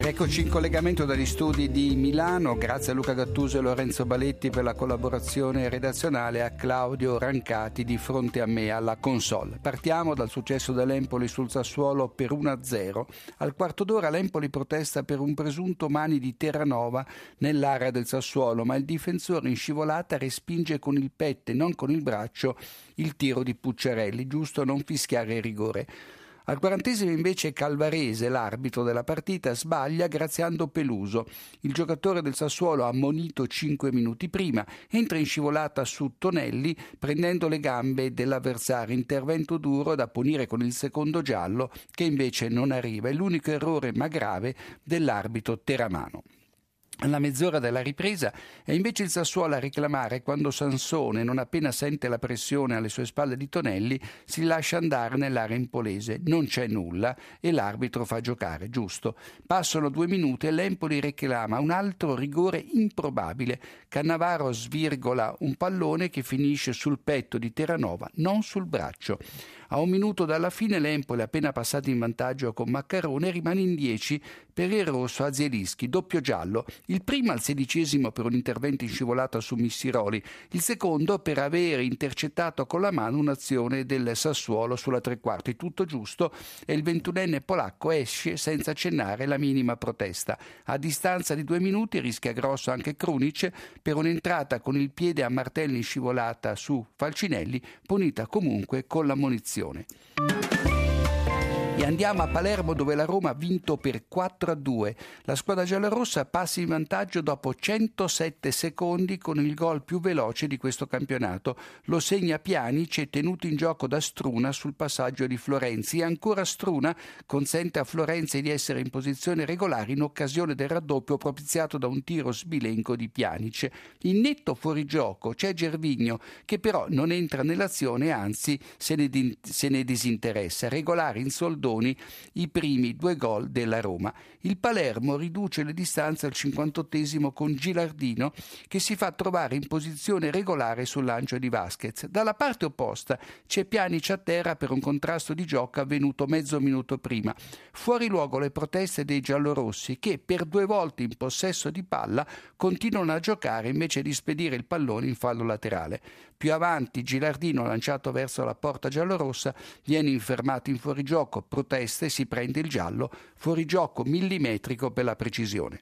Eccoci in collegamento dagli studi di Milano, grazie a Luca Gattuso e Lorenzo Baletti per la collaborazione redazionale, a Claudio Rancati di fronte a me alla console. Partiamo dal successo dell'Empoli sul Sassuolo per 1-0. Al quarto d'ora l'Empoli protesta per un presunto mani di Terranova nell'area del Sassuolo, ma il difensore in scivolata respinge con il petto e non con il braccio il tiro di Pucciarelli, giusto non fischiare il rigore. Al 40° invece Calvarese, l'arbitro della partita, sbaglia graziando Peluso. Il giocatore del Sassuolo, ammonito 5 minuti prima, entra in scivolata su Tonelli prendendo le gambe dell'avversario, intervento duro da punire con il secondo giallo che invece non arriva. È l'unico errore ma grave dell'arbitro Teramano. Alla mezz'ora della ripresa è invece il Sassuolo a reclamare quando Sansone, non appena sente la pressione alle sue spalle di Tonelli, si lascia andare nell'area impolese. Non c'è nulla e l'arbitro fa giocare, giusto. Passano 2 minuti e l'Empoli reclama un altro rigore improbabile. Cannavaro svirgola un pallone che finisce sul petto di Terranova, non sul braccio. A 1 minuto dalla fine l'Empoli, appena passato in vantaggio con Maccarone, rimane in 10 per il rosso a Zielinski, doppio giallo. Il primo al 16° per un intervento in scivolata su Missiroli, il secondo per aver intercettato con la mano un'azione del Sassuolo sulla tre quarti. Tutto giusto e il 21enne polacco esce senza accennare la minima protesta. A distanza di 2 minuti rischia grosso anche Krunic per un'entrata con il piede a martelli in scivolata su Falcinelli, punita comunque con l'ammonizione. E andiamo a Palermo, dove la Roma ha vinto per 4-2. La squadra giallorossa passa in vantaggio dopo 107 secondi con il gol più veloce di questo campionato. Lo segna Pjanic, tenuto in gioco da Struna sul passaggio di Florenzi. E ancora Struna consente a Florenzi di essere in posizione regolare in occasione del raddoppio propiziato da un tiro sbilenco di Pjanic. In netto fuorigioco c'è Gervinho, che però non entra nell'azione, anzi se ne disinteressa. Regolare in soldoni i primi 2 gol della Roma. Il Palermo riduce le distanze al 58° con Gilardino, che si fa trovare in posizione regolare sul lancio di Vasquez. Dalla parte opposta c'è Pjanic a terra per un contrasto di gioco avvenuto mezzo minuto prima. Fuori luogo le proteste dei giallorossi, che per 2 volte in possesso di palla continuano a giocare invece di spedire il pallone in fallo laterale. Più avanti Gilardino, lanciato verso la porta giallorossa, viene infermato in fuorigioco, proteste, si prende il giallo, fuorigioco millimetrico per la precisione.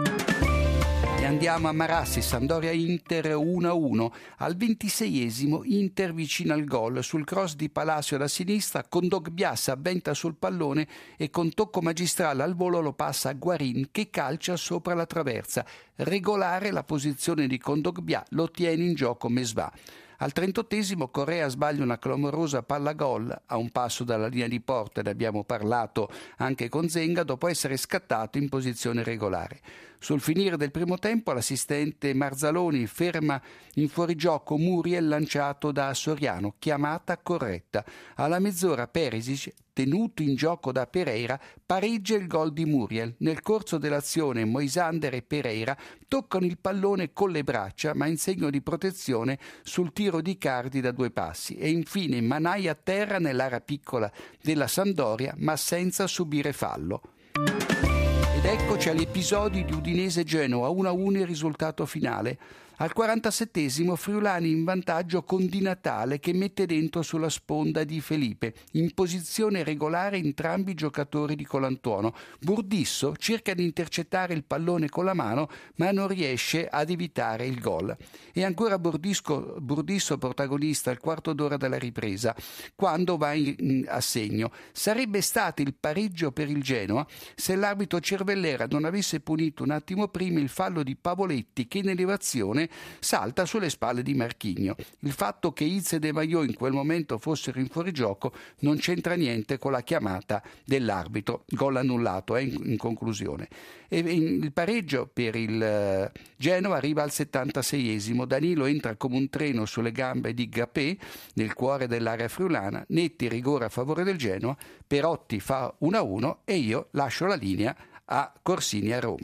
E andiamo a Marassi, Sampdoria-Inter 1-1. Al 26° Inter vicino al gol, sul cross di Palacio da sinistra, Kondogbia si avventa sul pallone e con tocco magistrale al volo lo passa a Guarin, che calcia sopra la traversa. Regolare la posizione di Kondogbia, lo tiene in gioco Mesbah. Al 38° Correa sbaglia una clamorosa palla gol a un passo dalla linea di porta, ne abbiamo parlato anche con Zenga, dopo essere scattato in posizione regolare. Sul finire del primo tempo l'assistente Marzaloni ferma in fuorigioco Muriel lanciato da Soriano, chiamata corretta. Alla mezz'ora Perisic, tenuto in gioco da Pereira, pareggia il gol di Muriel. Nel corso dell'azione Moisander e Pereira toccano il pallone con le braccia, ma in segno di protezione sul tiro di Cardi da 2 passi. E infine Manai a terra nell'area piccola della Sampdoria, ma senza subire fallo. Ed eccoci agli episodi di Udinese-Genoa, 1-1 il risultato finale. Al 47° Friulani in vantaggio con Di Natale, che mette dentro sulla sponda di Felipe. In posizione regolare entrambi i giocatori di Colantuono. Burdisso cerca di intercettare il pallone con la mano, ma non riesce ad evitare il gol. E ancora Burdisso protagonista al quarto d'ora della ripresa, quando va a segno. Sarebbe stato il pareggio per il Genoa se l'arbitro Cervellera non avesse punito un attimo prima il fallo di Pavoletti, che in elevazione salta sulle spalle di Marquinhos. Il fatto che Izze e De Maio in quel momento fossero in fuorigioco non c'entra niente con la chiamata dell'arbitro. Gol annullato in conclusione. E il pareggio per il Genoa arriva al 76°. Danilo entra come un treno sulle gambe di Gapé nel cuore dell'area friulana. Netti rigore a favore del Genoa. Perotti fa 1-1 e io lascio la linea a Corsini a Roma.